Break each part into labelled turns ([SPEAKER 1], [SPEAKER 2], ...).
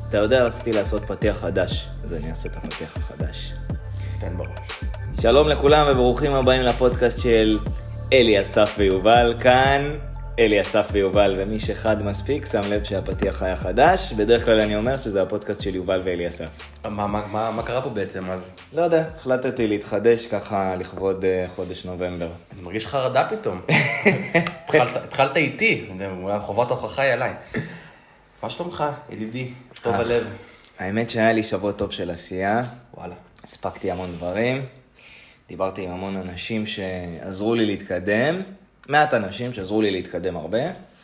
[SPEAKER 1] אתה יודע, רציתי לעשות פתיח חדש, אז אני אעשה את הפתיח החדש.
[SPEAKER 2] תן בראש.
[SPEAKER 1] שלום לכולם וברוכים הבאים לפודקאסט של אלי אסף ויובל. כאן אלי אסף ויובל, ומי שחד מספיק שם לב שהפתיח היה חדש. בדרך כלל אני אומר שזה הפודקאסט של יובל ואלי אסף.
[SPEAKER 2] מה קרה פה בעצם אז?
[SPEAKER 1] לא יודע, החלטתי להתחדש ככה לכבוד חודש נובמבר.
[SPEAKER 2] אני מרגיש חרדה פתאום. התחלת איתי, חובת ההוכחה היא עליי. מה שלומך, ידידי? טוב הלב.
[SPEAKER 1] האמת שהיה לי שבוע טוב של עשייה.
[SPEAKER 2] וואלה.
[SPEAKER 1] הספקתי המון דברים. דיברתי עם המון אנשים שעזרו לי להתקדם. מעט אנשים שעזרו לי להתקדם הרבה.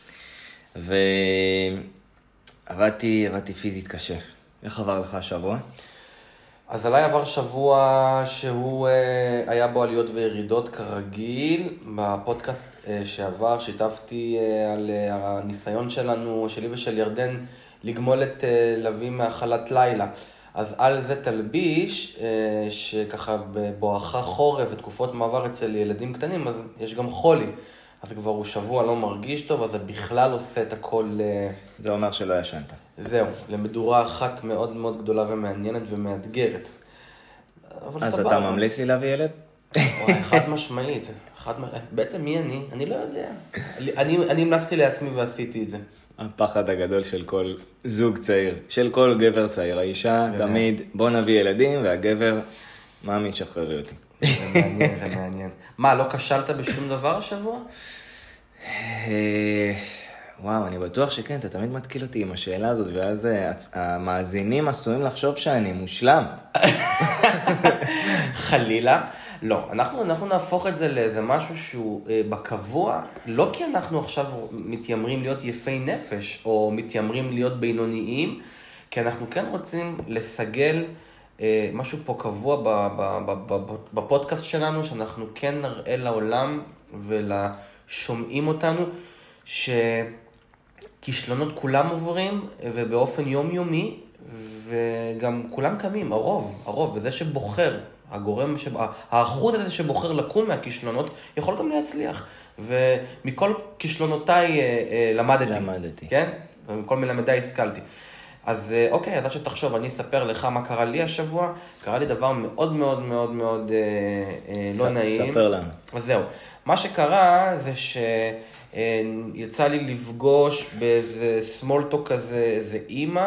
[SPEAKER 1] ועבדתי פיזית קשה. איך עבר לך השבוע?
[SPEAKER 2] אז עליי עבר שבוע שהוא היה בו עליות וירידות כרגיל. בפודקאסט שעבר שיתפתי על הניסיון שלנו, שלי ושל ירדן, לגמול את לוי מאכלת לילה. אז על זה תלביש, שככה בואכה חורף ותקופות מעבר אצל ילדים קטנים, אז יש גם חולי. אז כבר הוא שבוע לא מרגיש טוב, אז זה בכלל עושה את הכל...
[SPEAKER 1] זה אומר שלא ישנת.
[SPEAKER 2] זהו, למדורה אחת מאוד מאוד גדולה ומעניינת ומאתגרת.
[SPEAKER 1] אז סבבה. אתה ממליץ לי להביא ילד?
[SPEAKER 2] וואי, חד משמעית. בעצם מי אני? אני לא יודע. אני המלצתי לעצמי ועשיתי את זה.
[SPEAKER 1] הפחד הגדול של כל זוג צעיר, של כל גבר צעיר. האישה תמיד, בוא נביא ילדים, והגבר, מאמי, שחררי אותי.
[SPEAKER 2] זה מעניין. מה, לא כשלת בשום דבר השבוע?
[SPEAKER 1] וואו, אני בטוח שכן, אתה תמיד מתקיל אותי עם השאלה הזאת, ואז המאזינים עשויים לחשוב שאני מושלם.
[SPEAKER 2] חלילה. לא, אנחנו נהפוך את זה לאיזה משהו שהוא בקבוע, לא כי אנחנו עכשיו מתיימרים להיות יפי נפש, או מתיימרים להיות בינוניים, כי אנחנו כן רוצים לסגל משהו פה קבוע בפודקאסט שלנו, שאנחנו כן נראה לעולם ולשומעים אותנו, שכישלונות כולם עוברים, ובאופן יומיומי, וגם כולם קמים, הרוב, וזה שבוחר, האחוז הזה שבוחר לקום מהכישלונות, יכול גם להצליח. ומכל כישלונותיי למדתי. כן? ומכל מלמדיי השכלתי. אז אוקיי, אז עד שתחשוב, אני אספר לך מה קרה לי השבוע. קרה לי דבר מאוד מאוד מאוד מאוד לא נעים.
[SPEAKER 1] ספר לנו.
[SPEAKER 2] אז זהו. מה שקרה זה שיצא לי לפגוש באיזה סמולטוק כזה, איזה אימא,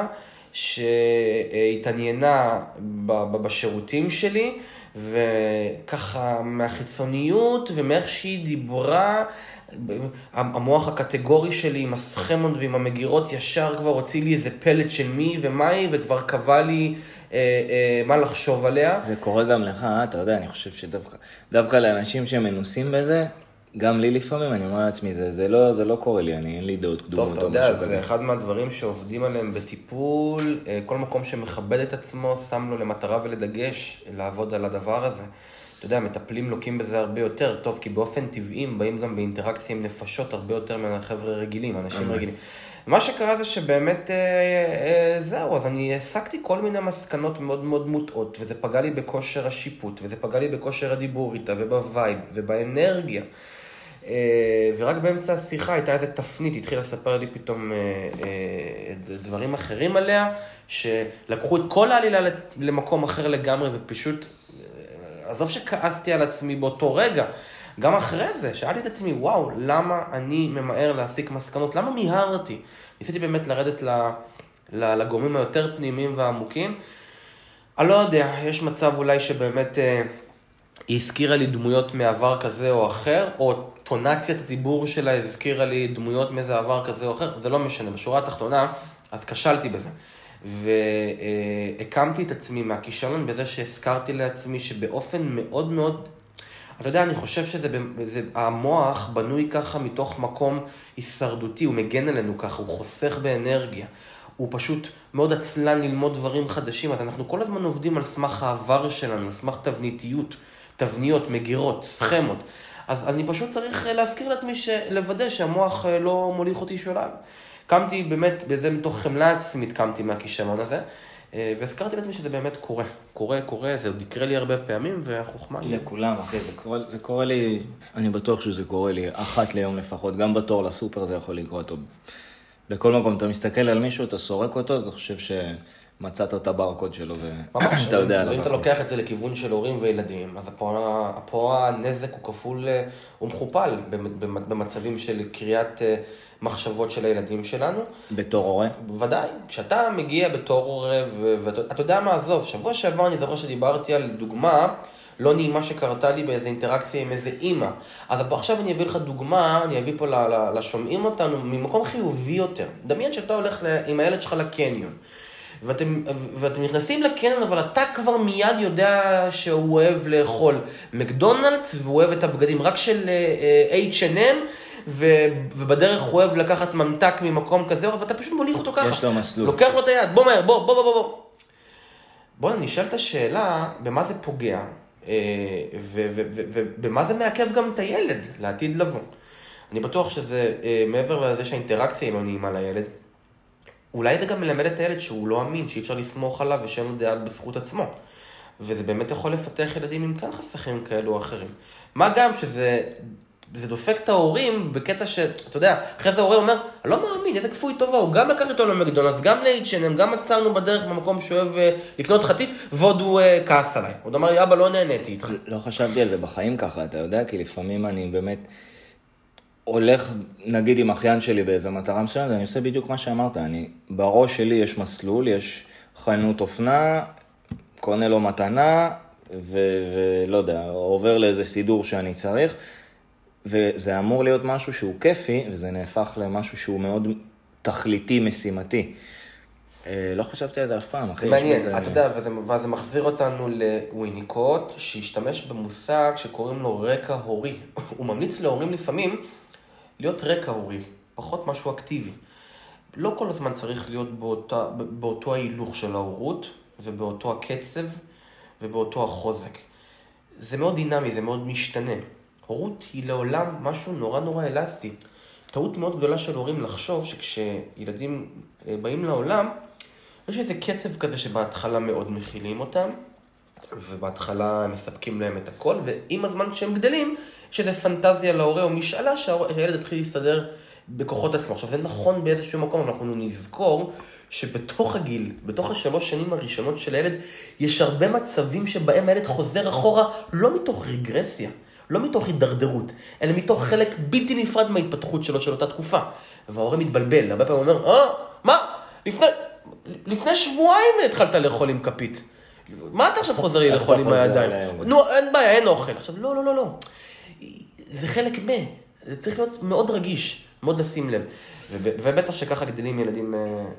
[SPEAKER 2] שהתעניינה בשירותים שלי, וככה מהחיצוניות ומאיך שהיא דיברה, המוח הקטגורי שלי עם הסכמות ועם המגירות ישר כבר הוציא לי איזה פלט של מי ומה היא, וכבר קבע לי מה לחשוב עליה.
[SPEAKER 1] זה קורה גם לך, אתה יודע, אני חושב שדווקא לאנשים שמנוסים בזה, גם לי לפעמים, אני אומר לעצמי, זה לא קורה לי, אין לי דעות קדומות.
[SPEAKER 2] טוב, אתה יודע, זה אחד מהדברים שעובדים עליהם בטיפול, כל מקום שמכבד את עצמו, שם לו למטרה ולדגש, לעבוד על הדבר הזה. אתה יודע, מטפלים לוקים בזה הרבה יותר טוב, כי באופן טבעי באים גם באינטראקציה עם נפשות הרבה יותר מהחבר'ה רגילים, אנשים רגילים. מה שקרה זה שבאמת, זהו, אז אני העסקתי כל מיני מסקנות מאוד מאוד מוטעות, וזה פגע לי בכושר השיפוט, וזה פגע לי בכושר הדיבור איתה, ובווייב, ובאנרגיה. ורק באמצע השיחה הייתה איזו תפנית, התחילה לספר לי פתאום דברים אחרים עליה, שלקחו את כל העלילה למקום אחר לגמרי, ופשוט, עזוב שכעסתי על עצמי באותו רגע, גם אחרי זה, שאלתי את עצמי, וואו, למה אני ממהר להסיק מסקנות? למה מיהרתי? ניסיתי באמת לרדת לגורמים היותר פנימיים והעמוקים. אני לא יודע, יש מצב אולי שבאמת היא הזכירה לי דמויות מעבר כזה או אחר, או טונציית הדיבור שלה הזכירה לי דמויות מאיזה עבר כזה או אחר, זה לא משנה. בשורה התחתונה, אז כשלתי בזה. והקמתי את עצמי מהכישלון בזה שהזכרתי לעצמי שבאופן מאוד מאוד, אתה יודע, אני חושב המוח בנוי ככה מתוך מקום הישרדותי, הוא מגן עלינו ככה, הוא חוסך באנרגיה, הוא פשוט מאוד עצלן ללמוד דברים חדשים, אז אנחנו כל הזמן עובדים על סמך העבר שלנו, על סמך תבניות, מגירות, סכמות. אז אני פשוט צריך להזכיר לעצמי לוודא שהמוח לא מוליך אותי שולל. קמתי באמת, בזה מתוך חמלה עצמית קמתי מהכישלון הזה, והזכרתי לעצמי שזה באמת קורה, זה עוד יקרה לי הרבה פעמים, והחוכמה...
[SPEAKER 1] לכולם, אחי, זה קורה לי, אני בטוח שזה קורה לי אחת ליום לפחות, גם בתור לסופר זה יכול לקרות, בכל מקום אתה מסתכל על מישהו, אתה סורק אותו, אתה חושב שמצאת את הברקוד שלו,
[SPEAKER 2] ממש,
[SPEAKER 1] ואתה יודע
[SPEAKER 2] אם
[SPEAKER 1] עליו.
[SPEAKER 2] אתה לוקח את זה לכיוון של הורים וילדים, אז פה הנזק הוא כפול, הוא מכופל במצבים של קריאת מחשבות של הילדים שלנו.
[SPEAKER 1] בתור הורה?
[SPEAKER 2] בוודאי, כשאתה מגיע בתור הורה, ואתה יודע מה, עזוב, שבוע שעבר אני זוכר שדיברתי על דוגמה לא נעימה שקרתה לי באיזו אינטראקציה עם איזה אימא. אז עכשיו אני אביא לך דוגמה, אני אביא פה לשומעים אותנו ממקום חיובי יותר. דמיין שאתה הולך עם הילד שלך לקניון. ואתם נכנסים לקניון, אבל אתה כבר מיד יודע שהוא אוהב לאכול מקדונלדס, והוא אוהב את הבגדים רק של H&M, ובדרך הוא אוהב לקחת ממתק ממקום כזה, ואתה פשוט מוליך אותו ככה.
[SPEAKER 1] יש לו מסלול.
[SPEAKER 2] לוקח לו את היד, בוא מהר, בוא נשאל את השאלה, במה זה פוגע, ובמה זה מעכב גם את הילד לעתיד לבוא. אני בטוח שזה מעבר לזה שהאינטראקציה היא לא נעימה לילד, אולי זה גם מלמד את הילד שהוא לא אמין, שאי אפשר לסמוך עליו ושאין לו דעה בזכות עצמו. וזה באמת יכול לפתח ילדים עם כאן חסכים כאלו או אחרים. מה גם שזה דופק את ההורים בקטע שאתה יודע, אחרי זה ההורה אומר, אני לא מאמין, איזה כפוי טובה, הוא גם לקח איתו למקדונלדס, גם ל-H&M, גם עצרנו בדרך במקום שאוהב לקנות חטיף, ועוד הוא כעס עליי. הוא אומר, אבא, לא נהניתי איתך.
[SPEAKER 1] לא חשבתי על זה בחיים ככה, אתה יודע, כי לפעמים אני באמת הולך, נגיד עם אחיין שלי באיזו מטרה מסוימת, אני עושה בדיוק מה שאמרת, בראש שלי יש מסלול, יש חנות אופנה, קונה לו מתנה, ולא יודע, עובר לאיזה סידור שאני צריך, וזה אמור להיות משהו שהוא כיפי, וזה נהפך למשהו שהוא מאוד תכליתי, משימתי. לא חשבתי על זה אף פעם, אחי.
[SPEAKER 2] זה מעניין, אתה יודע, וזה מחזיר אותנו לוויניקוט, שהשתמש במושג שקוראים לו רקע הורי. הוא ממליץ להורים לפעמים להיות רקע הורי, פחות משהו אקטיבי. לא כל הזמן צריך להיות באותו ההילוך של ההורות, ובאותו הקצב, ובאותו החוזק. זה מאוד דינמי, זה מאוד משתנה. הורות היא לעולם משהו נורא נורא אלסטי. טעות מאוד גדולה של הורים לחשוב שכשילדים באים לעולם, יש איזה קצב כזה שבהתחלה מאוד מכילים אותם, ובהתחלה הם מספקים להם את הכל, ועם הזמן שהם גדלים, יש איזה פנטזיה להורה או משאלה שהילד התחיל להסתדר בכוחות עצמו. עכשיו זה נכון באיזשהו מקום, אבל אנחנו נזכור שבתוך הגיל, בתוך 3 שנים הראשונות של הילד, יש הרבה מצבים שבהם הילד חוזר אחורה, לא מתוך רגרסיה, לא מתוך הידרדרות, אלא מתוך חלק בלתי נפרד מההתפתחות שלו של אותה תקופה. וההורה מתבלבל, הרבה פעמים אומר, מה? לפני שבועיים התחלת לאכול עם כפית. מה אתה עכשיו חוזר לי לאכול עם הידיים? נו, אין בעיה, אין אוכל. עכשיו, לא. זה חלק זה צריך להיות מאוד רגיש, מאוד לשים לב. ובטח שככה גדלים ילדים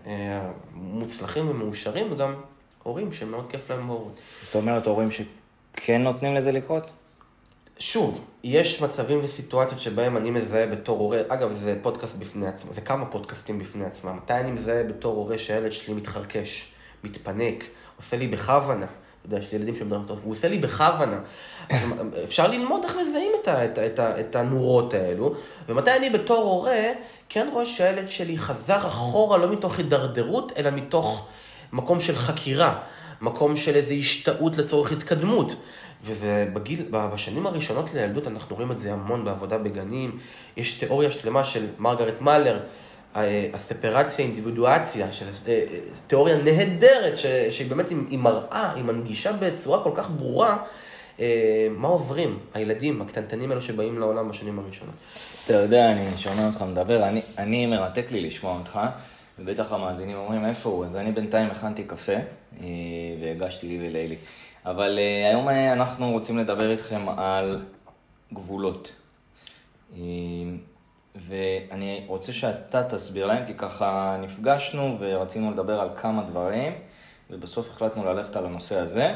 [SPEAKER 2] מוצלחים ומאושרים, וגם הורים שמאוד כיף להם בהורות.
[SPEAKER 1] זאת אומרת, הורים שכן נותנים לזה לקרות?
[SPEAKER 2] שוב, יש מצבים וסיטואציות שבהם אני מזהה בתור הורה, אגב, זה פודקאסט בפני עצמו, זה כמה פודקאסטים בפני עצמם. מתי אני מזהה בתור הורה שהילד שלי מתחרקש, מתפנק, עושה לי בכוונה, אתה יודע, יש לי ילדים שמדברים טוב, הוא עושה לי בכוונה. אז אפשר ללמוד איך מזהים את הנורות האלו, ומתי אני בתור הורה כן רואה שהילד שלי חזר אחורה, לא מתוך הידרדרות, אלא מתוך מקום של חקירה, מקום של איזו השתאות לצורך התקדמות. וזה בשנים הראשונות לילדות, אנחנו רואים את זה המון בעבודה בגנים. יש תיאוריה שלמה של מרגרט מאלר, הספרציה, אינדיבידואציה, תיאוריה נהדרת, שהיא באמת היא מראה, היא מנגישה בצורה כל כך ברורה, מה עוברים הילדים, הקטנטנים האלו שבאים לעולם בשנים הראשונות.
[SPEAKER 1] אתה יודע, אני שומע אותך מדבר, אני מרתק לי לשמוע אותך, ובטח המאזינים אומרים איפה הוא, אז אני בינתיים הכנתי קפה, והגשתי לי ולילי. אבל היום אנחנו רוצים לדבר איתכם על גבולות. ואני רוצה שאתה תסביר להם, כי ככה נפגשנו ורצינו לדבר על כמה דברים, ובסוף החלטנו ללכת על הנושא הזה.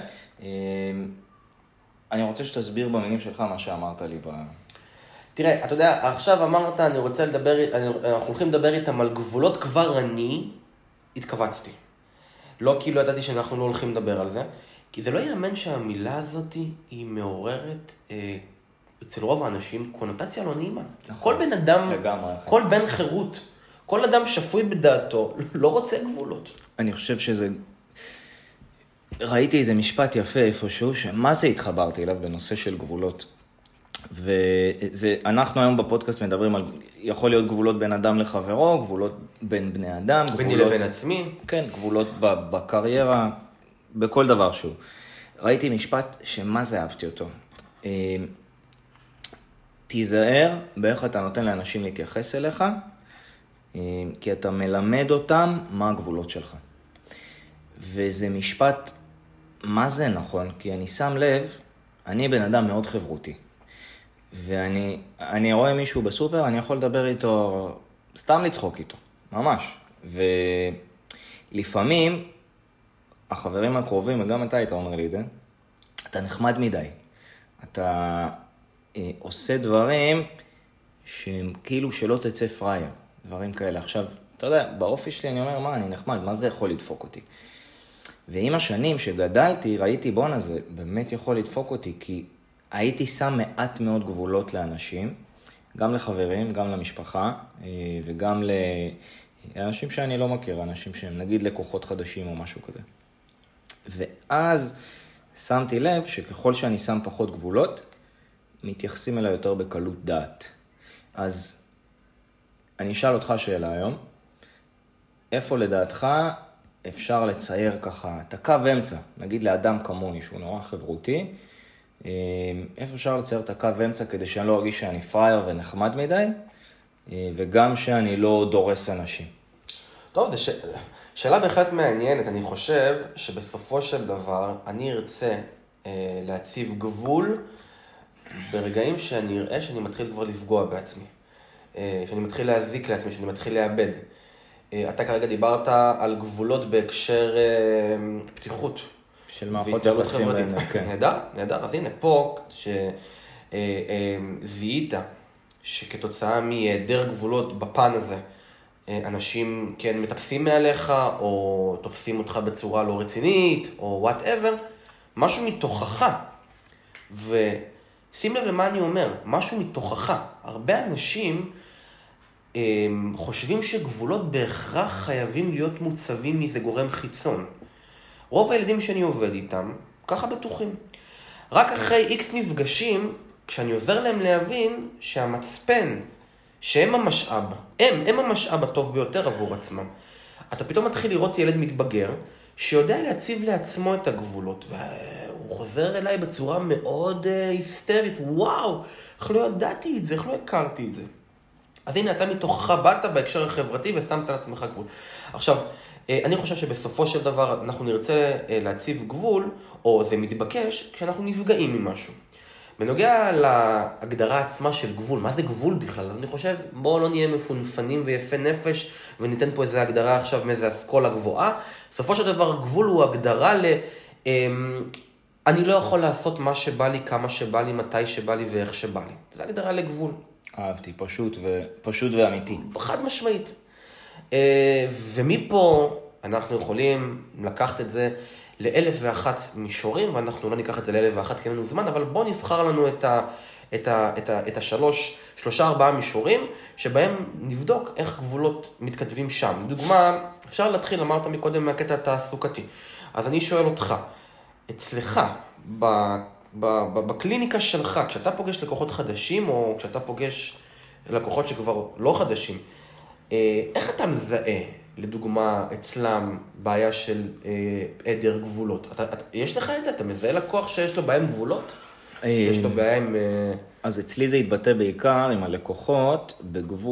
[SPEAKER 1] אני רוצה שתסביר במילים שלך מה שאמרת לי.
[SPEAKER 2] תראה, אתה יודע, עכשיו אמרת, אנחנו הולכים לדבר איתם על גבולות, כבר אני התכווצתי. לא כאילו ידעתי שאנחנו לא הולכים לדבר על זה, כי זה לא יאמן שהמילה הזאת היא מעוררת אצל רוב האנשים קונוטציה לא נעימה. כל בן אדם, כל בן חירות, כל אדם שפוי בדעתו, לא רוצה גבולות.
[SPEAKER 1] אני חושב שזה... ראיתי איזה משפט יפה איפשהו, שמה זה התחברתי אליו בנושא של גבולות. ואנחנו היום בפודקאסט מדברים על, יכול להיות גבולות בין אדם לחברו, גבולות בין בני אדם,
[SPEAKER 2] ביני לבין עצמי.
[SPEAKER 1] כן, גבולות בקריירה, בכל דבר שהוא. ראיתי משפט שמה זה אהבתי אותו. תיזהר באיך אתה נותן לאנשים להתייחס אליך, כי אתה מלמד אותם מה הגבולות שלך. וזה משפט, מה זה נכון? כי אני שם לב, אני בן אדם מאוד חברותי. ואני רואה מישהו בסופר, אני יכול לדבר איתו, סתם לצחוק איתו, ממש. ולפעמים, החברים הקרובים, וגם אתה היית אומר לי את זה, אתה נחמד מדי. אתה עושה דברים שהם כאילו שלא תצא פרייר, דברים כאלה. עכשיו, אתה יודע, באופי שלי אני אומר, מה, אני נחמד, מה זה יכול לדפוק אותי? ועם השנים שגדלתי, ראיתי, בונה, זה באמת יכול לדפוק אותי, כי הייתי שם מעט מאוד גבולות לאנשים, גם לחברים, גם למשפחה, וגם לאנשים שאני לא מכיר, אנשים שהם נגיד לקוחות חדשים או משהו כזה. ואז שמתי לב שככל שאני שם פחות גבולות, מתייחסים אליי יותר בקלות דעת. אז אני אשאל אותך שאלה היום, איפה לדעתך אפשר לצייר ככה את הקו אמצע, נגיד לאדם כמוני שהוא נורא חברותי, איפה אפשר לצייר את הקו אמצע כדי שאני לא ארגיש שאני פרייר ונחמד מדי, וגם שאני לא דורס אנשים?
[SPEAKER 2] טוב, זו שאלה בהחלט מעניינת. אני חושב שבסופו של דבר אני ארצה להציב גבול ברגעים שאני אראה שאני מתחיל כבר לפגוע בעצמי, שאני מתחיל להזיק לעצמי, שאני מתחיל לאבד. אתה כרגע דיברת על גבולות בהקשר פתיחות.
[SPEAKER 1] של מערכות יחסים.
[SPEAKER 2] נהדר, נהדר. אז הנה, פה שזיהית שכתוצאה מהיעדר גבולות בפן הזה, אנשים כן מטפסים מעליך, או תופסים אותך בצורה לא רצינית, או whatever, משהו מתוכך. ושים לב למה אני אומר, משהו מתוכך. הרבה אנשים חושבים שגבולות בהכרח חייבים להיות מוצבים מאיזה גורם חיצון. רוב הילדים שאני עובד איתם, ככה בטוחים. רק אחרי איקס מפגשים, כשאני עוזר להם להבין שהמצפן, שהם המשאב, הם המשאב הטוב ביותר עבור עצמם. אתה פתאום מתחיל לראות ילד מתבגר, שיודע להציב לעצמו את הגבולות, והוא חוזר אליי בצורה מאוד היסטרית, וואו, איך לא ידעתי את זה, איך לא הכרתי את זה. אז הנה, אתה מתוכך באת בהקשר החברתי ושמת על עצמך גבול. עכשיו, אני חושב שבסופו של דבר אנחנו נרצה להציב גבול, או זה מתבקש, כשאנחנו נפגעים ממשהו. בנוגע להגדרה עצמה של גבול, מה זה גבול בכלל? אז אני חושב, בואו לא נהיה מפונפנים ויפה נפש, וניתן פה איזו הגדרה עכשיו מאיזו אסכולה גבוהה. בסופו של דבר, גבול הוא הגדרה אני לא יכול לעשות מה שבא לי, כמה שבא לי, מתי שבא לי ואיך שבא לי. זה הגדרה לגבול.
[SPEAKER 1] אהבתי, פשוט ואמיתי.
[SPEAKER 2] חד משמעית. ומפה אנחנו יכולים לקחת את זה ל1,001 מישורים, ואנחנו לא ניקח את זה ל1,001 כי אין לנו זמן, אבל בואו נבחר לנו את ה3-4 מישורים, שבהם נבדוק איך גבולות מתכתבים שם. לדוגמה, אפשר להתחיל, אמרת מקודם מהקטע התעסוקתי. אז אני שואל אותך, אצלך, בקליניקה שלך, כשאתה פוגש לקוחות חדשים, או כשאתה פוגש לקוחות שכבר לא חדשים, איך אתה מזהה, לדוגמה, אצלם בעיה של היעדר גבולות? יש לך את זה? אתה מזהה לקוח שיש לו בעיה עם גבולות? יש לו בעיה עם...
[SPEAKER 1] אז אצלי זה יתבטא בעיקר עם הלקוחות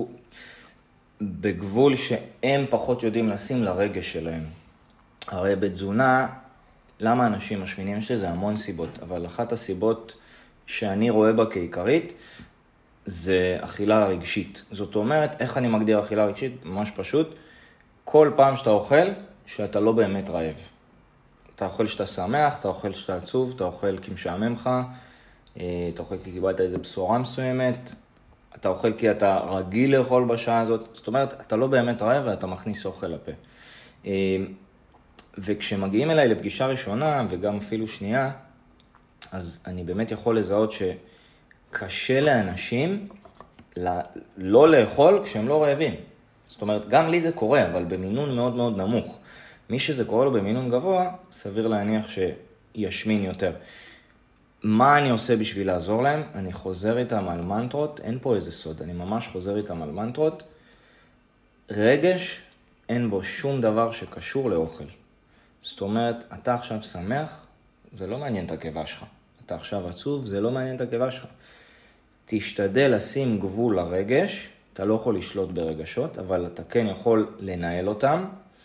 [SPEAKER 1] בגבול שהם פחות יודעים לשים לרגש שלהם. הרי בתזונה, למה אנשים משמינים? יש לזה המון סיבות, אבל אחת הסיבות שאני רואה בה כעיקרית, זה אכילה רגשית. זאת אומרת, איך אני מגדיר אכילה רגשית? ממש פשוט. כל פעם שאתה אוכל, שאתה לא באמת רעב. אתה אוכל שאתה שמח, אתה אוכל שאתה עצוב, אתה אוכל כי משעמם לך, אתה אוכל כי קיבלת איזו בשורה מסוימת, אתה אוכל כי אתה רגיל לאכול בשעה הזאת. זאת אומרת, אתה לא באמת רעב ואתה מכניס אוכל לפה. וכשמגיעים אליי לפגישה ראשונה, וגם אפילו שנייה, אז אני באמת יכול לזהות שקשה לאנשים לא לאכול כשהם לא רעבים. זאת אומרת, גם לי זה קורה, אבל במינון מאוד מאוד נמוך. מי שזה קורה לו במינון גבוה, סביר להניח שישמין יותר. מה אני עושה בשביל לעזור להם? אני חוזר איתם על מנטרות, אין פה איזה סוד, אני ממש חוזר איתם על מנטרות. רגש, אין בו שום דבר שקשור לאוכל. זאת אומרת, אתה עכשיו שמח, זה לא מעניין את הקיבה שלך. אתה עכשיו עצוב, זה לא מעניין את הקיבה שלך. תשתדל לשים גבול לרגש, אתה לא יכול לשלוט ברגשות, אבל אתה כן יכול לנהל אותם,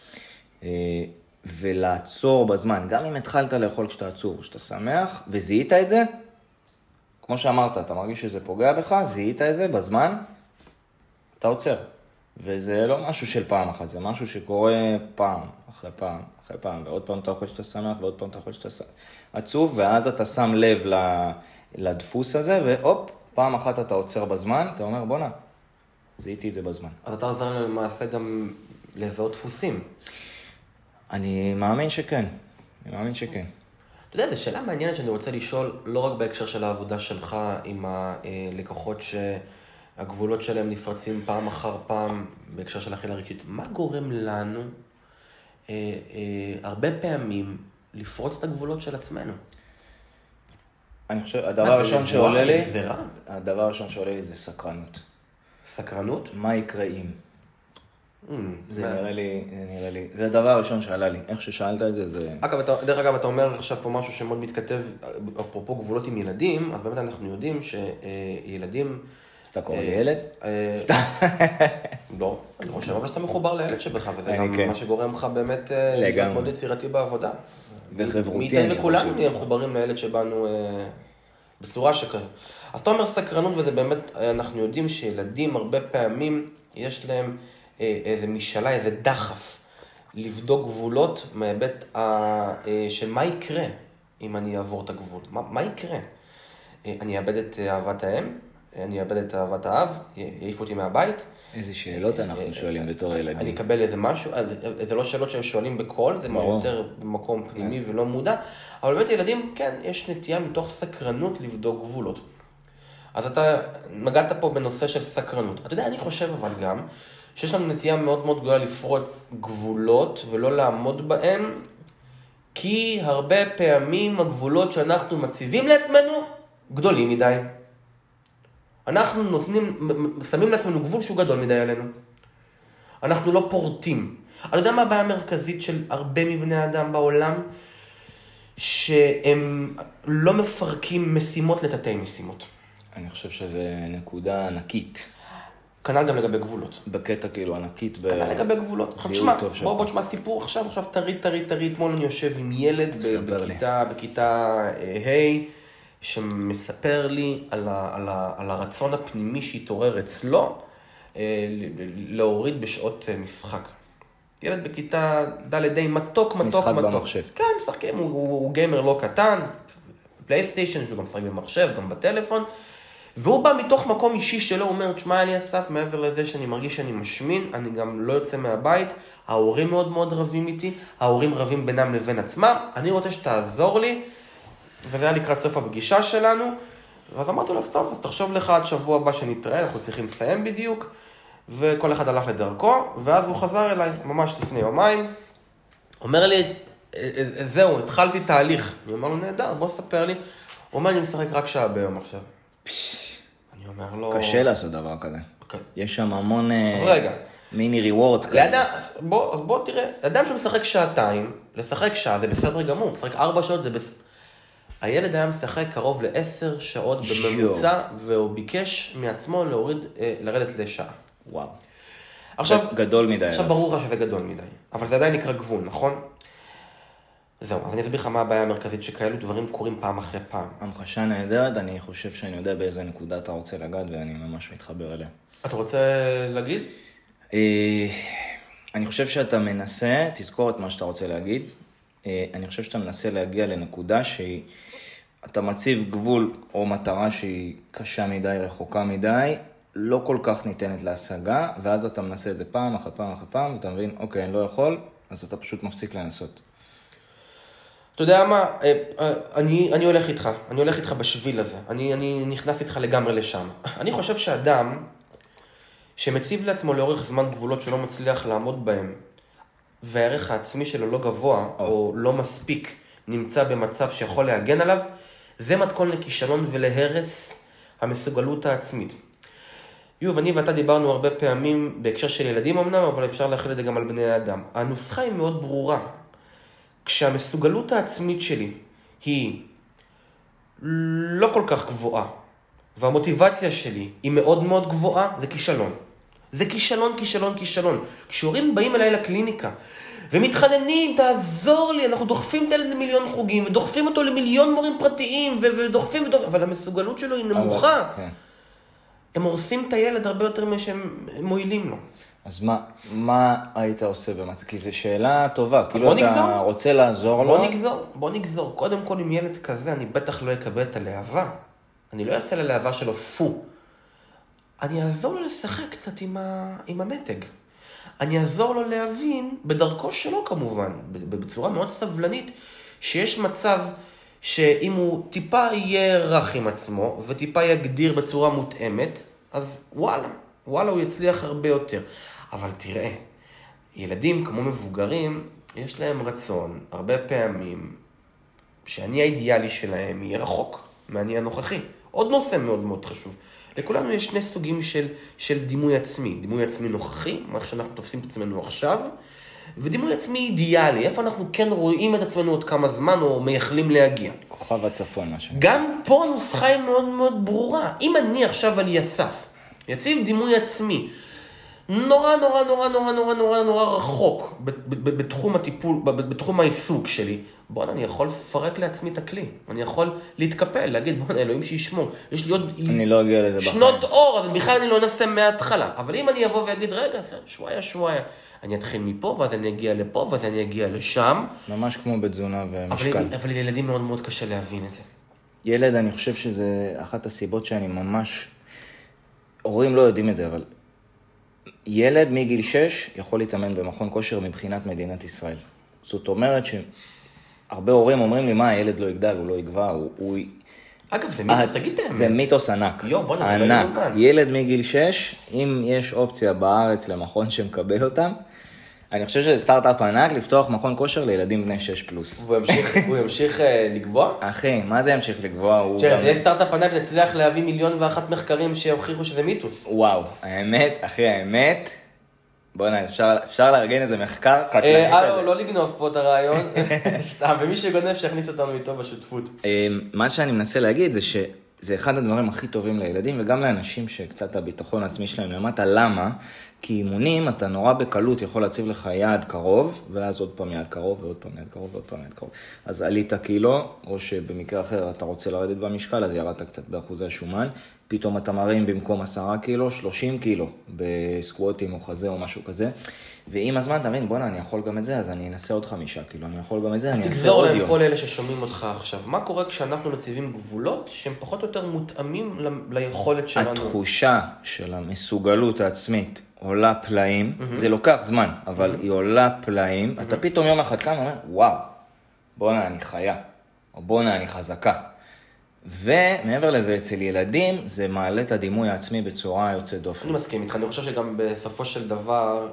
[SPEAKER 1] ולעצור בזמן. גם אם התחלת לאכול כשאתה עצוב, כשאתה שמח, וזיהית את זה, כמו שאמרת, אתה מרגיש שזה פוגע בך, זיהית את זה בזמן, אתה עוצר. וזה לא משהו של פעם אחת, זה משהו שקורה פעם, אחרי פעם, אחרי פעם, ועוד פעם אתה אוכל שאתה שמח, ועוד פעם אתה אוכל שאתה עצוב, ואז אתה שם לב לדפוס הזה, והופ, פעם אחת אתה עוצר בזמן, אתה אומר, בוא נע, זיהיתי את זה בזמן.
[SPEAKER 2] אז אתה עוזר למעשה גם לזהות דפוסים.
[SPEAKER 1] אני מאמין שכן,
[SPEAKER 2] אתה יודע, זו שאלה מעניינת שאני רוצה לשאול, לא רק בהקשר של העבודה שלך עם הלקוחות שהגבולות שלהם נפרצים פעם אחר פעם, בהקשר של אכילה רגשית. מה גורם לנו הרבה פעמים לפרוץ את הגבולות של עצמנו?
[SPEAKER 1] אני חושב, הדבר הראשון שעולה לי זה סקרנות.
[SPEAKER 2] סקרנות?
[SPEAKER 1] מה יקרה אם? זה נראה לי, זה הדבר הראשון שעלה לי. איך ששאלת את זה, זה...
[SPEAKER 2] דרך אגב, אתה אומר עכשיו פה משהו שמאוד מתכתב, אפרופו גבולות עם ילדים, אז באמת אנחנו יודעים שילדים...
[SPEAKER 1] אז אתה קורא לי ילד?
[SPEAKER 2] סתם. לא, אני חושב אבל שאתה מחובר לילד שבך, וזה גם מה שגורם לך באמת להיות מאוד יצירתי בעבודה.
[SPEAKER 1] וחברותי, אני חושב.
[SPEAKER 2] וכולנו נהיה מחוברים לילד שבאנו בצורה שכזו. אז אתה אומר סקרנות, וזה באמת, אנחנו יודעים שילדים הרבה פעמים יש להם איזה משאלה, איזה דחף, לבדוק גבולות מהיבט של מה יקרה אם אני אעבור את הגבול. מה יקרה? אני אאבד את אהבת האם? אני אאבד את אהבת האב? יעיף אותי מהבית?
[SPEAKER 1] איזה שאלות אנחנו שואלים בתור ילדים.
[SPEAKER 2] אני אקבל איזה משהו, זה לא שאלות שהם שואלים בקול, זה יותר במקום פנימי ולא מודע, אבל באמת ילדים, כן, יש נטייה מתוך סקרנות לבדוק גבולות. אז אתה נגעת פה בנושא של סקרנות. אתה יודע, אני חושב אבל גם, שיש לנו נטייה מאוד מאוד גדולה לפרוץ גבולות ולא לעמוד בהם, כי הרבה פעמים הגבולות שאנחנו מציבים לעצמנו גדולים מדי. אנחנו שמים לעצמנו גבול שהוא גדול מדי עלינו. אנחנו לא פורטים. אני יודע מה הבעיה המרכזית של הרבה מבני האדם בעולם? שהם לא מפרקים משימות לתתי משימות.
[SPEAKER 1] אני חושב שזה נקודה ענקית.
[SPEAKER 2] כנ"ל גם לגבי גבולות.
[SPEAKER 1] בקטע כאילו ענקית.
[SPEAKER 2] כנ"ל לגבי גבולות. בוא תשמע סיפור עכשיו תריד. אתמול אני יושב עם ילד בכיתה ה' שמספר לי על הרצון הפנימי שהתעורר אצלו להוריד בשעות משחק. ילד בכיתה ד' די מתוק.
[SPEAKER 1] משחק במחשב.
[SPEAKER 2] כן, משחקים, הוא גיימר לא קטן, פלייסטיישן, הוא גם משחק במחשב, גם בטלפון, והוא בא מתוך מקום אישי שלו, הוא אומר, תשמע, אני אסף, מעבר לזה שאני מרגיש שאני משמין, אני גם לא יוצא מהבית, ההורים מאוד מאוד רבים איתי, ההורים רבים בינם לבין עצמם, אני רוצה שתעזור לי, וזה היה לקראת סוף הפגישה שלנו, ואז אמרתי לו, טוב, אז תחשוב לך עד שבוע הבא שנתראה, אנחנו צריכים לסיים בדיוק, וכל אחד הלך לדרכו, ואז הוא חזר אליי, ממש לפני יומיים, אומר לי, זהו, התחלתי תהליך. אני אומר לו, נהדר, בוא ספר לי. הוא אומר, אני משחק רק שעה ביום עכשיו. אני אומר לו...
[SPEAKER 1] קשה לעשות דבר כזה. יש שם המון מיני ריוורדס
[SPEAKER 2] כאלה. אז בוא תראה, אדם שמשחק שעתיים, לשחק שעה זה בסדר גמור, משחק 4 שעות זה בסדר. הילד היה משחק קרוב ל10 שעות בממוצע, והוא ביקש מעצמו לרדת לשעה.
[SPEAKER 1] וואו.
[SPEAKER 2] עכשיו,
[SPEAKER 1] גדול מדי.
[SPEAKER 2] עכשיו ברור לך שזה גדול מדי, אבל זה עדיין נקרא גבול, נכון? זהו, אז אני אסביר לך מה הבעיה המרכזית שכאלו דברים קורים פעם אחרי פעם.
[SPEAKER 1] המחשה נהדרת, אני חושב שאני יודע באיזה נקודה אתה רוצה לגעת, ואני ממש מתחבר אליה. אתה
[SPEAKER 2] רוצה להגיד?
[SPEAKER 1] אני חושב שאתה מנסה, תזכור את מה שאתה רוצה להגיד, אני חושב שאתה מנסה להגיע לנקודה שאתה מציב גבול או מטרה שהיא קשה מדי, רחוקה מדי, לא כל כך ניתנת להשגה, ואז אתה מנסה את זה פעם אחרי פעם אחרי פעם, ואתה מבין, אוקיי, אני לא יכול, אז אתה פשוט מפסיק לנסות.
[SPEAKER 2] אתה יודע מה, אני הולך איתך בשביל הזה, אני נכנס איתך לגמרי לשם. אני חושב שאדם שמציב לעצמו לאורך זמן גבולות שלא מצליח לעמוד בהם, והערך העצמי שלו לא גבוה, או לא מספיק, נמצא במצב שיכול להגן עליו, זה מתכון לכישלון ולהרס המסוגלות העצמית. יוב, אני ואתה דיברנו הרבה פעמים בהקשר של ילדים אמנם, אבל אפשר להכיל את זה גם על בני האדם. הנוסחה היא מאוד ברורה. כשהמסוגלות העצמית שלי היא לא כל כך גבוהה, והמוטיבציה שלי היא מאוד מאוד גבוהה, זה כישלון. זה כישלון, כישלון, כישלון. כשהורים באים אליי לקליניקה, ומתחננים, תעזור לי, אנחנו דוחפים את הילד למיליון חוגים, ודוחפים אותו למיליון מורים פרטיים, ודוחפים, אבל המסוגלות שלו היא נמוכה. הם הורסים את הילד הרבה יותר משהם מועילים לו.
[SPEAKER 1] אז מה היית עושה במצב? כי זו שאלה טובה. כאילו אתה רוצה לעזור לו?
[SPEAKER 2] בוא נגזור. קודם כל עם ילד כזה, אני בטח לא אקבל את הלהבה. אני לא אעשה ללהבה שלו פו. אני אעזור לו לשחק קצת עם המתג. אני אעזור לו להבין, בדרכו שלו כמובן, בצורה מאוד סבלנית, שיש מצב שאם הוא טיפה יהיה רך עם עצמו, וטיפה יגדיר בצורה מותאמת, אז וואלה הוא יצליח הרבה יותר. אבל תראה, ילדים כמו מבוגרים, יש להם רצון, הרבה פעמים, שאני האידיאלי שלהם יהיה רחוק מהאני הנוכחי. עוד נושא מאוד מאוד חשוב. לכולנו יש שני סוגים של דימוי עצמי. דימוי עצמי נוכחי, מה שאנחנו תופסים את עצמנו עכשיו, ודימוי עצמי אידיאלי, איפה אנחנו כן רואים את עצמנו עוד כמה זמן, או מייחלים להגיע.
[SPEAKER 1] כוכב הצפון, מה שאני.
[SPEAKER 2] גם פה הנוסחה היא מאוד מאוד ברורה. אם אני עכשיו על יסף, יציב דימוי עצמי, נורא רחוק בתחום הטיפול, בתחום העיסוק שלי, אני יכול לפרק לעצמי את הכלי. אני יכול להתקפל, להגיד, אלוהים שישמור. יש לי עוד
[SPEAKER 1] אני לא אגיע לזה
[SPEAKER 2] שנות אור, אז בכלל אני לא אנסה מההתחלה. אבל אם אני אבוא ואגיד, רגע, שוויה, אני אתחיל מפה, ואז אני אגיע לפה, ואז אני אגיע לשם.
[SPEAKER 1] ממש כמו בתזונה ומשקל.
[SPEAKER 2] אבל לילדים מאוד מאוד קשה להבין את זה.
[SPEAKER 1] ילד, אני חושב שזה אחת הסיבות שאני ממש, הורים לא יודעים את זה, אבל ילד מגיל 6 יכול להתאמן במכון כושר מבחינת מדינת ישראל. זאת אומרת שהרבה הורים אומרים לי, מה, הילד לא יגדל, הוא לא יגבע, הוא...
[SPEAKER 2] אגב, זה מיתוס, תגיד את האמת.
[SPEAKER 1] זה מיתוס ענק. ענק. ילד מגיל 6, אם יש אופציה בארץ למכון שמקבל אותם, אני חושב שזה סטארט-אפ ענק לפתוח מכון כושר לילדים בני 6 פלוס.
[SPEAKER 2] והוא ימשיך לגבוע?
[SPEAKER 1] אחי, מה זה ימשיך לגבוע?
[SPEAKER 2] זה יהיה סטארט-אפ ענק, נצליח להביא 1,000,001 מחקרים שהוכיחו שזה מיתוס.
[SPEAKER 1] וואו, האמת, בוא'נה, אפשר לארגן איזה מחקר?
[SPEAKER 2] לא לגנוב פה את הרעיון, סתם, ומי שגונב שיכניס אותנו איתו בשותפות.
[SPEAKER 1] מה שאני מנסה להגיד זה שזה אחד הדברים הכי טובים לילדים, וגם לאנשים שקצת הביטחון העצמי שלהם למטה. למה? כי אימונים, אתה נורא בקלות יכול להציב לך יעד קרוב, ואז עוד פעם יעד קרוב, ועוד פעם יעד קרוב, ועוד פעם יעד קרוב. אז עלית קילו, או שבמקרה אחר אתה רוצה לרדת במשקל, אז ירדת קצת באחוזי השומן, פתאום אתה מרים במקום 10 קילו, 30 קילו, בסקווטים או חזה או משהו כזה. ועם הזמן, אתה מבין, בוא'נה, אני יכול גם את זה, אז אני אנסה עוד 5 קילו, אני יכול גם את זה, אני אנסה עוד יום.
[SPEAKER 2] תגזור להם פה לאלה ששומעים אותך עכשיו. מה קורה כשאנחנו מציבים גבולות שהם פחות או יותר מותאמים ליכולת שלנו?
[SPEAKER 1] התחושה של המסוגלות העצמית עולה פלאים, זה לוקח זמן, אבל היא עולה פלאים, אתה פתאום יום אחד כאן אומר, וואו, בוא'נה, אני חיה, או בוא'נה, אני חזקה. ומעבר לזה, אצל ילדים, זה מעלה את הדימוי העצמי בצורה יוצאת דופן.
[SPEAKER 2] אני מסכים איתך, אני חושב שגם בסופו של דבר,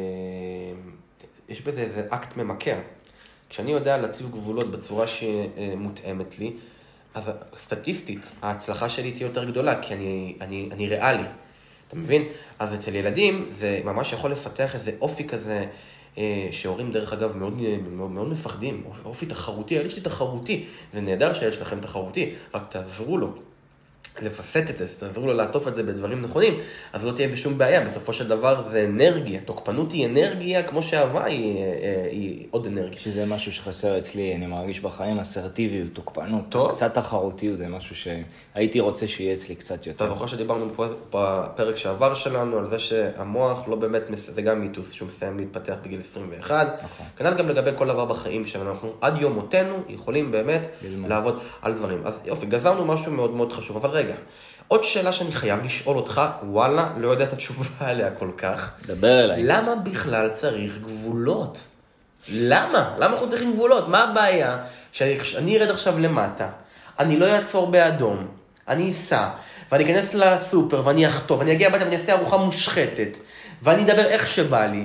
[SPEAKER 2] יש בזה איזה אקט ממכר. כשאני יודע להציב גבולות בצורה שמותאמת לי, אז סטטיסטית, ההצלחה שלי תהיה יותר גדולה, כי אני ריאלי. אתה מבין? אז אצל ילדים, זה ממש יכול לפתח איזה אופי כזה, שהורים דרך אגב מאוד מפחדים, אופי תחרותי, הילד שלי תחרותי, זה נהדר שיש לכם תחרותי, רק תעזרו לו לפסט את זה, תעזרו לו לעטוף את זה בדברים נכונים, אז לא תהיה בשום בעיה, בסופו של דבר זה אנרגיה, תוקפנות היא אנרגיה, כמו שאהבה היא עוד אנרגיה.
[SPEAKER 1] שזה משהו שחסר אצלי, אני מרגיש בחיים, אסרטיביות, תוקפנות,
[SPEAKER 2] טוב.
[SPEAKER 1] קצת תחרותיות, זה משהו שהייתי רוצה שיהיה אצלי קצת יותר.
[SPEAKER 2] אתה זוכר שדיברנו פה בפרק שעבר שלנו, על זה שהמוח לא באמת, זה גם מיתוס שהוא מסיים להתפתח בגיל 21,
[SPEAKER 1] נכון.
[SPEAKER 2] כנ"ל גם לגבי כל דבר בחיים שלנו, אנחנו עד יום מותנו יכולים באמת לעבוד על דברים. אז יופי, גזרנו משהו מאוד מאוד חשוב, אבל רגע, עוד שאלה שאני חייב לשאול אותך, וואלה, לא יודע את התשובה עליה כל כך.
[SPEAKER 1] דבר אליי.
[SPEAKER 2] למה בכלל צריך גבולות? למה? למה אנחנו צריכים גבולות? מה הבעיה? שאני ארד עכשיו למטה, אני לא אעצור באדום, אני אסע, ואני אכנס לסופר, ואני אחטוף, ואני אגיע הביתה ואני אעשה ארוחה מושחתת, ואני אדבר איך שבא לי.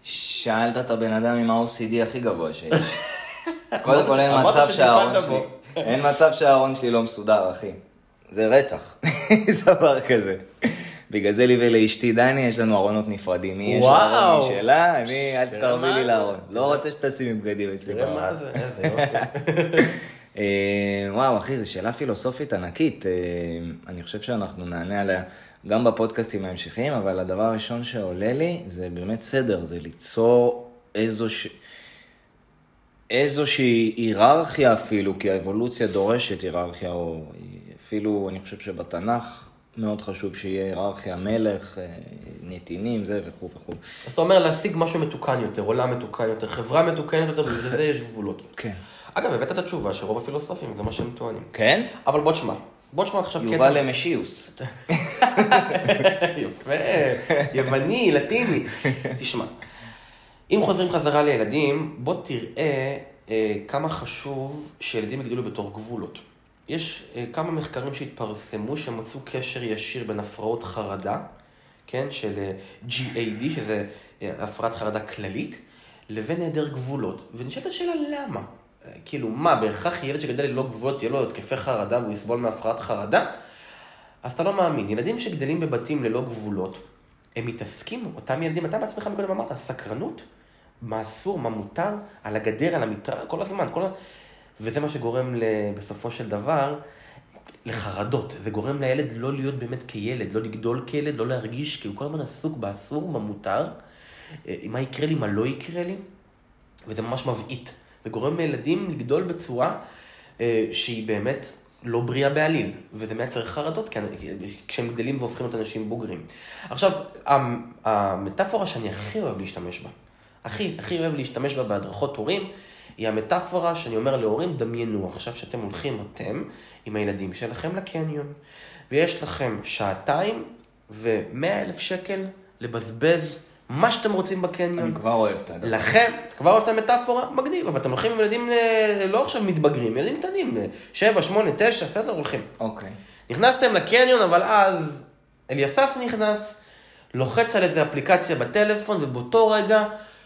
[SPEAKER 1] שאלת את הבן אדם עם ה-OCD הכי גבוה שיש. קודם כל אין מצב אין מצב שהארון שלי לא מסודר, אחי. זה רצח. דבר כזה. בגלל זה לי ולאשתי דני, יש לנו ארונות נפרדים. מי יש ארון משלה, אל תקרבי לי לארון. לא רוצה שתשימי בגדים אצלי בארון.
[SPEAKER 2] תראה מה זה, איזה יופי.
[SPEAKER 1] וואו, אחי, זו שאלה פילוסופית ענקית. אני חושב שאנחנו נענה עליה גם בפודקאסטים ההמשכיים, אבל הדבר הראשון שעולה לי זה באמת סדר, זה ליצור איזושהי היררכיה אפילו, כי האבולוציה דורשת היררכיה, או אפילו, אני חושב שבתנ"ך מאוד חשוב שיהיה היררכיה, מלך, נתינים, זה וכו' וכו'.
[SPEAKER 2] אז אתה אומר להשיג משהו מתוקן יותר, עולם מתוקן יותר, חברה מתוקנת יותר, ובזה יש גבולות.
[SPEAKER 1] כן.
[SPEAKER 2] אגב, הבאת את התשובה שרוב הפילוסופים, זה מה שהם טוענים.
[SPEAKER 1] כן?
[SPEAKER 2] אבל בוא תשמע עכשיו קטע.
[SPEAKER 1] יובל למשיוס.
[SPEAKER 2] יפה, יווני, לטיני. תשמע, אם חוזרים חזרה לילדים, בוא תראה כמה חשוב שילדים יגדלו בתור גבולות. יש כמה מחקרים שהתפרסמו שמצאו קשר ישיר בין הפרעות חרדה, כן, של GAD, שזה הפרעת חרדה כללית, לבין היעדר גבולות. ונשאלת השאלה למה? כאילו, מה, בהכרח ילד שגדל ללא גבולות, יהיה לו התקפי חרדה והוא יסבול מהפרעת חרדה? אז אתה לא מאמין. ילדים שגדלים בבתים ללא גבולות, הם מתעסקים, אותם ילדים, אתה בעצמך מקודם אמרת, סקרנות, מה אסור, מה מותר, על הגדר, על המתרה, כל הזמן, וזה מה שגורם בסופו של דבר לחרדות. זה גורם לילד לא להיות באמת כילד, לא לגדול כילד, לא להרגיש, כי הוא כל הזמן עסוק באסור, מה מותר, מה יקרה לי, מה לא יקרה לי, וזה ממש מבעית. זה גורם לילדים לגדול בצורה שהיא באמת לא בריאה בעליל, וזה מייצר חרדות כשהם גדלים והופכים להיות אנשים בוגרים. עכשיו, המטאפורה שאני הכי אוהב להשתמש בה, הכי אוהב להשתמש בה בהדרכות הורים, היא המטאפורה שאני אומר להורים, דמיינו עכשיו שאתם הולכים אתם עם הילדים שלכם לקניון, ויש לכם 2 ו100,000 שקל לבזבז מה שאתם רוצים בקניון.
[SPEAKER 1] אני כבר אוהב את הדבר.
[SPEAKER 2] לכם, כבר אוהב את המטאפורה, מגניב, אבל אתם הולכים עם ילדים לא עכשיו מתבגרים, ילדים קטנים, 7, 8, 9, בסדר, הולכים.
[SPEAKER 1] אוקיי.
[SPEAKER 2] נכנסתם לקניון, אבל אז אליסף נכנס, לוחץ על איזה אפליקציה בטלפון, ובאותו רגע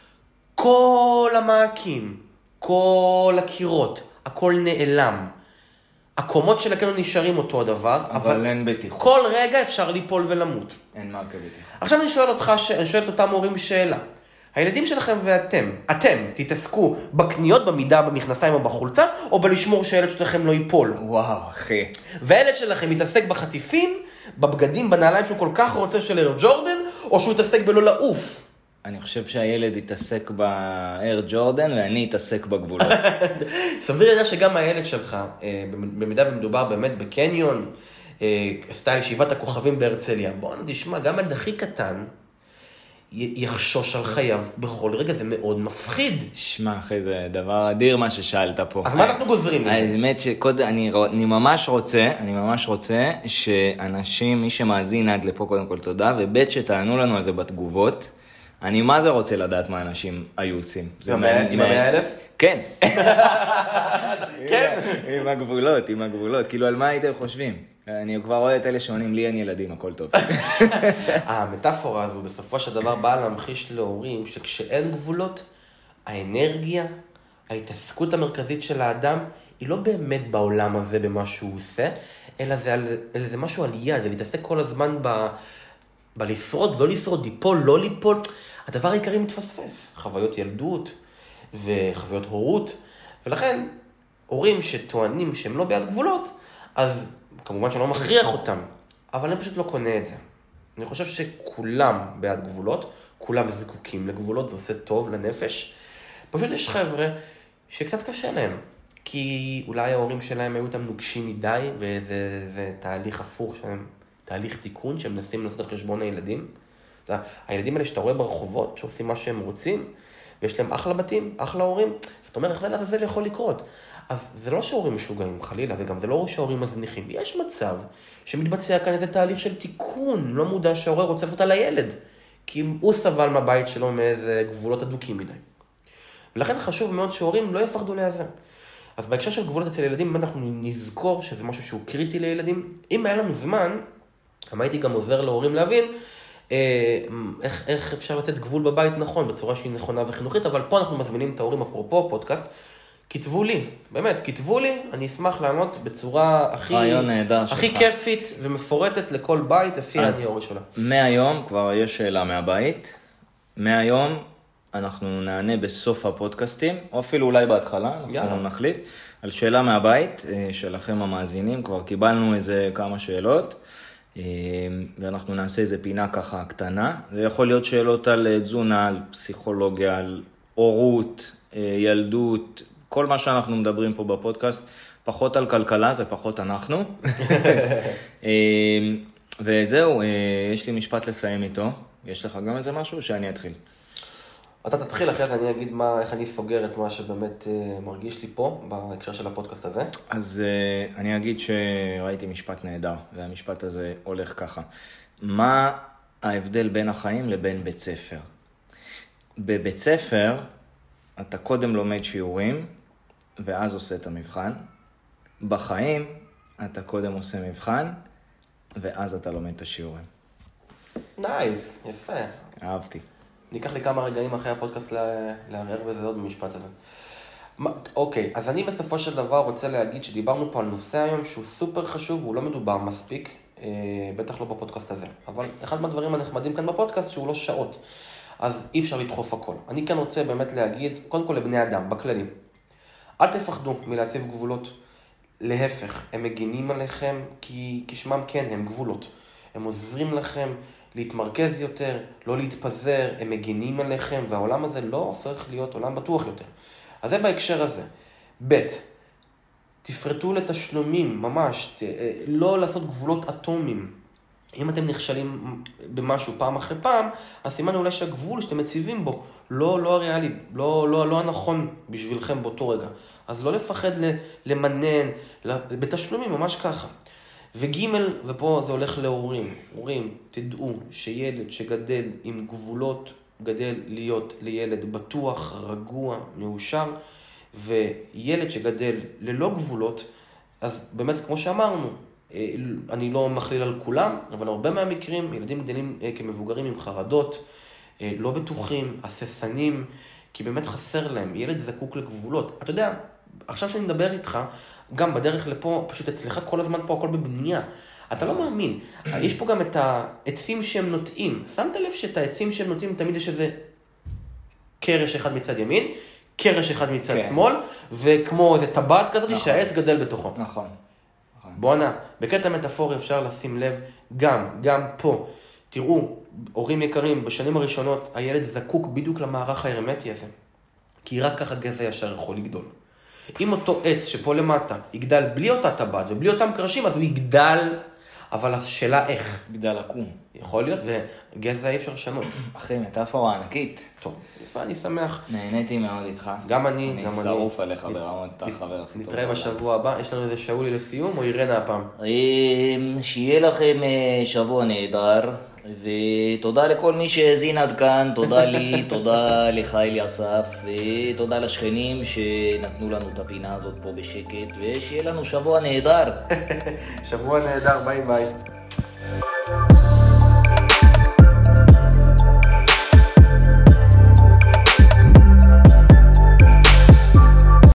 [SPEAKER 2] כל המעקים, כל הקירות, הכל נעלם. הקומות של הקניון נשארים אותו הדבר,
[SPEAKER 1] אבל אין בטיחות.
[SPEAKER 2] כל רגע אפשר ליפול ולמות.
[SPEAKER 1] אין מעקה בטיחות.
[SPEAKER 2] עכשיו אני שואל את אותם הורים שאלה. הילדים שלכם ואתם, תתעסקו בקניות, במידה, במכנסיים או בחולצה, או בלשמור שהילד שלכם לא ייפול?
[SPEAKER 1] וואו, אחי.
[SPEAKER 2] והילד שלכם יתעסק בחטיפים, בבגדים, בנעליים שהוא כל כך רוצה של אייר ג'ורדן, או שהוא יתעסק בלא לעוף?
[SPEAKER 1] אני חושב שהילד יתעסק באייר ג'ורדן, ואני יתעסק בגבולות.
[SPEAKER 2] סביר לדעת שגם הילד שלך, במידה ומדובר באמת בקניון, סטייל ישיבת הכוכבים בהרצליה, בוא נשמע, גם ילד הכי קטן, יחשוש על חייו בכל רגע, זה מאוד מפחיד.
[SPEAKER 1] שמע, אחי, זה דבר אדיר מה ששאלת פה.
[SPEAKER 2] אז מה אנחנו גוזרים לזה?
[SPEAKER 1] האמת שקודם, אני ממש רוצה שאנשים, מי שמאזין עד לפה, קודם כל תודה, וב' שתענו לנו על זה בתגובות. אני מה זה רוצה לדעת מה אנשים היו עושים.
[SPEAKER 2] עם 100,000?
[SPEAKER 1] כן.
[SPEAKER 2] כן.
[SPEAKER 1] עם הגבולות. כאילו, על מה הייתם חושבים? אני כבר רואה את אלה שעונים, לי אין ילדים, הכל טוב.
[SPEAKER 2] המטאפורה הזו בסופו של דבר באה להמחיש להורים שכשאין גבולות, האנרגיה, ההתעסקות המרכזית של האדם, היא לא באמת בעולם הזה במה שהוא עושה, אלא זה משהו על יד, זה להתעסק כל הזמן בלשרוד, לא לשרוד, ליפול, לא ליפול. הדבר העיקרי מתפספס, חוויות ילדות וחוויות הורות, ולכן הורים שטוענים שהם לא בעד גבולות, אז כמובן שאני לא מכריח אותם, אבל אני פשוט לא קונה את זה. אני חושב שכולם בעד גבולות, כולם זקוקים לגבולות, זה עושה טוב לנפש. פשוט יש חבר'ה שקצת קשה להם, כי אולי ההורים שלהם היו אותם נוגשים מדי, וזה תהליך הפוך שלהם, תהליך תיקון שהם מנסים לעשות על חשבון הילדים. הילדים האלה שאתה רואה ברחובות, שעושים מה שהם רוצים, ויש להם אחלה בתים, אחלה הורים, זאת אומרת, איך זה לעזאזל יכול לקרות? אז זה לא שהורים משוגעים חלילה, וגם זה לא שהורים מזניחים. יש מצב שמתבצע כאן איזה תהליך של תיקון, לא מודע שההורה רוצה לפות על הילד, כי הוא סבל מהבית שלו מאיזה גבולות אדוקים מדי. ולכן חשוב מאוד שהורים לא יפחדו לאזן. אז בהקשר של גבולות אצל ילדים, אנחנו נזכור שזה משהו שהוא קריטי לילדים. אם היה לנו זמן, הייתי גם עוזר להורים להבין איך אפשר לתת גבול בבית נכון, בצורה שהיא נכונה וחינוכית, אבל פה אנחנו מזמינים את ההורים, אפרופו פודקאסט, כתבו לי, באמת, כתבו לי, אני אשמח לענות בצורה הכי כיפית ומפורטת לכל בית לפי הניהורי שלה.
[SPEAKER 1] מהיום כבר יש שאלה מהבית, מהיום אנחנו נענה בסוף הפודקאסטים, או אפילו אולי בהתחלה, אנחנו נחליט, על שאלה מהבית שלכם המאזינים, כבר קיבלנו איזה כמה שאלות, ואנחנו נעשה איזה פינה ככה קטנה, זה יכול להיות שאלות על תזונה, על פסיכולוגיה, על הורות, ילדות, כל מה שאנחנו מדברים פה בפודקאסט, פחות על כלכלה, זה פחות אנחנו. וזהו, יש לי משפט לסיים איתו. יש לך גם איזה משהו שאני אתחיל?
[SPEAKER 2] אתה תתחיל, אחרי זה אני אגיד איך אני סוגר את מה שבאמת מרגיש לי פה, בהקשר של הפודקאסט הזה.
[SPEAKER 1] אז אני אגיד שראיתי משפט נהדר, והמשפט הזה הולך ככה. מה ההבדל בין החיים לבין בית ספר? בבית ספר, אתה קודם לומד שיעורים, ואז עושה את המבחן. בחיים, אתה קודם עושה מבחן, ואז אתה לומד את השיעורים.
[SPEAKER 2] נייס, יפה.
[SPEAKER 1] אהבתי.
[SPEAKER 2] ניקח לי כמה רגעים אחרי הפודקאסט לערער בזה עוד במשפט הזה. אוקיי, אז אני בסופו של דבר רוצה להגיד שדיברנו פה על נושא היום שהוא סופר חשוב, והוא לא מדובר מספיק, בטח לא בפודקאסט הזה. אבל אחד מהדברים הנחמדים כאן בפודקאסט שהוא לא שעות. אז אי אפשר לדחוף הכל. אני כאן רוצה באמת להגיד, קודם כל לבני אדם, בכללים. אל תפחדו מלהציב גבולות. להפך, הם מגינים עליכם כי כשמם כן, הם גבולות. הם עוזרים לכם להתמרכז יותר, לא להתפזר, הם מגינים עליכם, והעולם הזה לא הופך להיות עולם בטוח יותר. אז זה בהקשר הזה. ב' תפרטו לתשלומים, ממש, לא לעשות גבולות אטומיים. אם אתם נכשלים במשהו פעם אחרי פעם, אז סימן אולי שהגבול שאתם מציבים בו לא הריאלי, לא הנכון בשבילכם באותו רגע. אז לא לפחד למנן, בתשלומים, ממש ככה. וג' ופה זה הולך להורים. הורים, תדעו שילד שגדל עם גבולות, גדל להיות לילד בטוח, רגוע, מאושר, וילד שגדל ללא גבולות, אז באמת כמו שאמרנו, אני לא מכליל על כולם, אבל הרבה מהמקרים, ילדים גדלים כמבוגרים עם חרדות, לא בטוחים, הססנים, כי באמת חסר להם. ילד זקוק לגבולות. אתה יודע, עכשיו שאני מדבר איתך, גם בדרך לפה, פשוט אצלך כל הזמן פה, הכל בבנייה. אתה לא מאמין. יש פה גם את העצים שהם נוטעים. שמת לב שאת העצים שהם נוטעים, תמיד יש איזה קרש אחד מצד ימין, קרש אחד מצד שמאל, וכמו איזה טבעת כזאת שהעץ גדל בתוכו.
[SPEAKER 1] נכון.
[SPEAKER 2] בואנה, בקטע מטאפורי אפשר לשים לב גם פה. תראו, הורים יקרים, בשנים הראשונות הילד זקוק בדיוק למערך ההרמטי הזה. כי רק ככה גזע ישר יכול לגדול. אם אותו עץ שפה למטה יגדל בלי אותה טבעת ובלי אותם קרשים, אז הוא יגדל, אבל השאלה איך.
[SPEAKER 1] יגדל לקום.
[SPEAKER 2] יכול להיות, וגזע אי אפשר לשנות.
[SPEAKER 1] אחי, מטאפורה ענקית.
[SPEAKER 2] טוב, יפה, אני שמח.
[SPEAKER 1] נהניתי מאוד איתך.
[SPEAKER 2] גם אני.
[SPEAKER 1] אני שרוף עליך ברמות, אתה חבר הכי טוב.
[SPEAKER 2] נתראה בשבוע הבא. יש לנו איזה שאולי לסיום, או אירנה הפעם?
[SPEAKER 1] שיהיה לכם שבוע נהדר. ותודה לכל מי שהזין עד כאן, תודה לי, תודה לך אלי אסף, ותודה לשכנים שנתנו לנו את הפינה הזאת פה בשקט, ושיהיה לנו שבוע נהדר.
[SPEAKER 2] שבוע נהדר, ביי ביי.